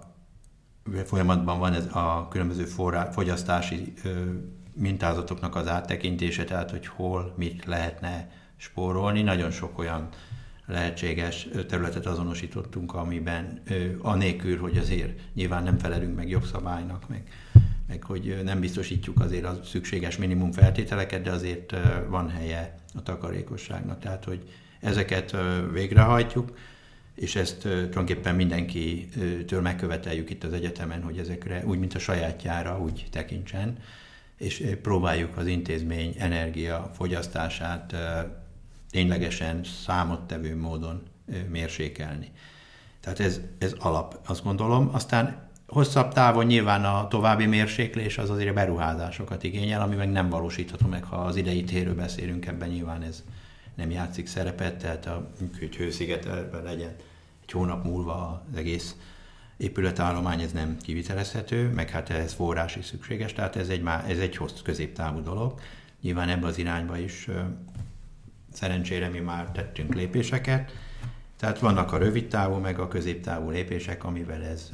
folyamatban van ez a különböző fogyasztási mintázatoknak az áttekintése, tehát hogy hol, mit lehetne spórolni. Nagyon sok olyan lehetséges területet azonosítottunk, amiben anélkül, hogy azért nyilván nem felelünk meg jogszabálynak, meg hogy nem biztosítjuk azért a szükséges minimum feltételeket, de azért van helye a takarékosságnak. Tehát, hogy ezeket végrehajtjuk, és ezt tulajdonképpen mindenkitől megköveteljük itt az egyetemen, hogy ezekre úgy, mint a sajátjára úgy tekintsen, és próbáljuk az intézmény energiafogyasztását ténylegesen számottevő módon mérsékelni. Tehát ez alap, azt gondolom. Aztán hosszabb távon nyilván a további mérséklés az azért beruházásokat igényel, ami meg nem valósítható meg, ha az idei térről beszélünk, ebben nyilván ez nem játszik szerepet, tehát hogy hőszigetelben legyen egy hónap múlva az egész épületállomány, ez nem kivitelezhető, meg hát ez forrás is szükséges, tehát ez egy középtávú dolog. Nyilván ebbe az irányba is szerencsére mi már tettünk lépéseket, tehát vannak a rövidtávú, meg a középtávú lépések, amivel ez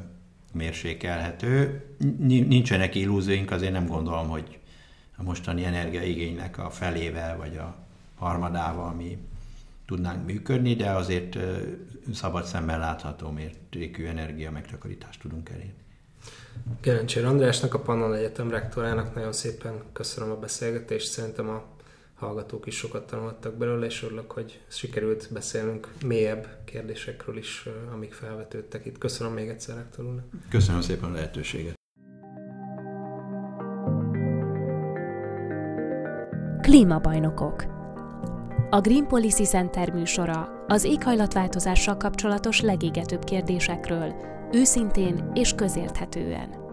mérsékelhető. Nincsenek illúzióink, azért nem gondolom, hogy a mostani energiaigénynek a felével, vagy a harmadával mi tudnánk működni, de azért szabad szemmel látható mértékű energia megtakarítást tudunk elérni. Gerencsér Andrásnak, a Pannon Egyetem rektorának nagyon szépen köszönöm a beszélgetést, szerintem a hallgatók is sokat tanultak belőle, és örülök, hogy sikerült beszélnünk mélyebb kérdésekről is, amik felvetődtek itt. Köszönöm még egyszer, rektor úrnak. Köszönöm szépen a lehetőséget. Klímabajnokok. A Green Policy Center műsora az éghajlatváltozással kapcsolatos legégetőbb kérdésekről, őszintén és közérthetően.